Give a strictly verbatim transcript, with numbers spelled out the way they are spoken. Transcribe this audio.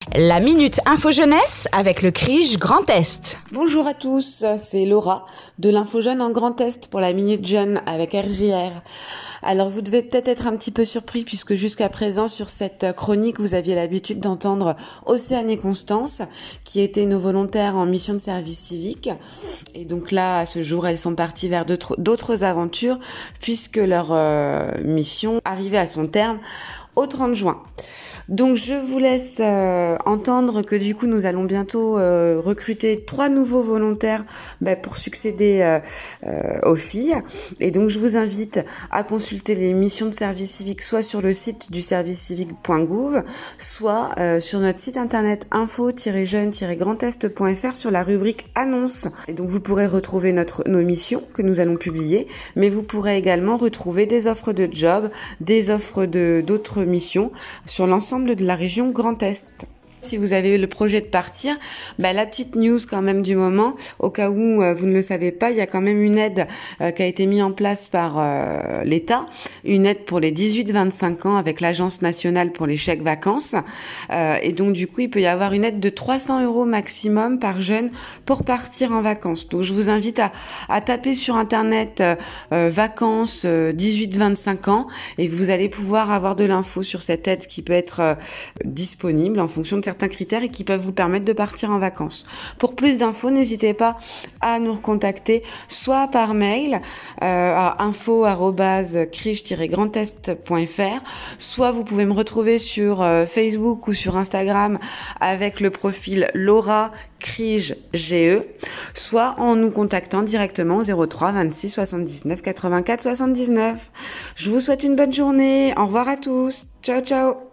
La Minute Info Jeunesse avec le Crige Grand Est. Bonjour à tous, c'est Laura de l'Info Jeune en Grand Est pour la Minute Jeune avec R J R. Alors vous devez peut-être être un petit peu surpris puisque jusqu'à présent sur cette chronique vous aviez l'habitude d'entendre Océane et Constance qui étaient nos volontaires en mission de service civique. Et donc là, à ce jour, elles sont parties vers d'autres, d'autres aventures puisque leur euh, mission arrivait à son terme au trente juin. Donc je vous laisse euh, entendre que du coup nous allons bientôt euh, recruter trois nouveaux volontaires bah, pour succéder euh, euh, aux filles. Et donc je vous invite à consulter les missions de service civique soit sur le site du service civique point gouv, soit euh, sur notre site internet info tiret jeune tiret grand est point f r sur la rubrique annonces. Et donc vous pourrez retrouver notre, nos missions que nous allons publier, mais vous pourrez également retrouver des offres de job, des offres de d'autres missions sur l'ensemble de la région Grand Est. Si vous avez eu le projet de partir, bah, la petite news quand même du moment, au cas où euh, vous ne le savez pas, il y a quand même une aide euh, qui a été mise en place par euh, l'État, une aide pour les dix-huit vingt-cinq ans avec l'Agence nationale pour les chèques vacances. Euh, et donc du coup, il peut y avoir une aide de trois cents euros maximum par jeune pour partir en vacances. Donc je vous invite à, à taper sur internet euh, euh, vacances euh, dix-huit vingt-cinq ans et vous allez pouvoir avoir de l'info sur cette aide qui peut être euh, disponible en fonction de certains critères et qui peuvent vous permettre de partir en vacances. Pour plus d'infos, n'hésitez pas à nous recontacter soit par mail euh, à info arobase crige tiret grand est point f r, soit vous pouvez me retrouver sur euh, Facebook ou sur Instagram avec le profil Laura Crige G E, soit en nous contactant directement au zéro trois vingt-six soixante-dix-neuf quatre-vingt-quatre soixante-dix-neuf. Je vous souhaite une bonne journée. Au revoir à tous. Ciao, ciao.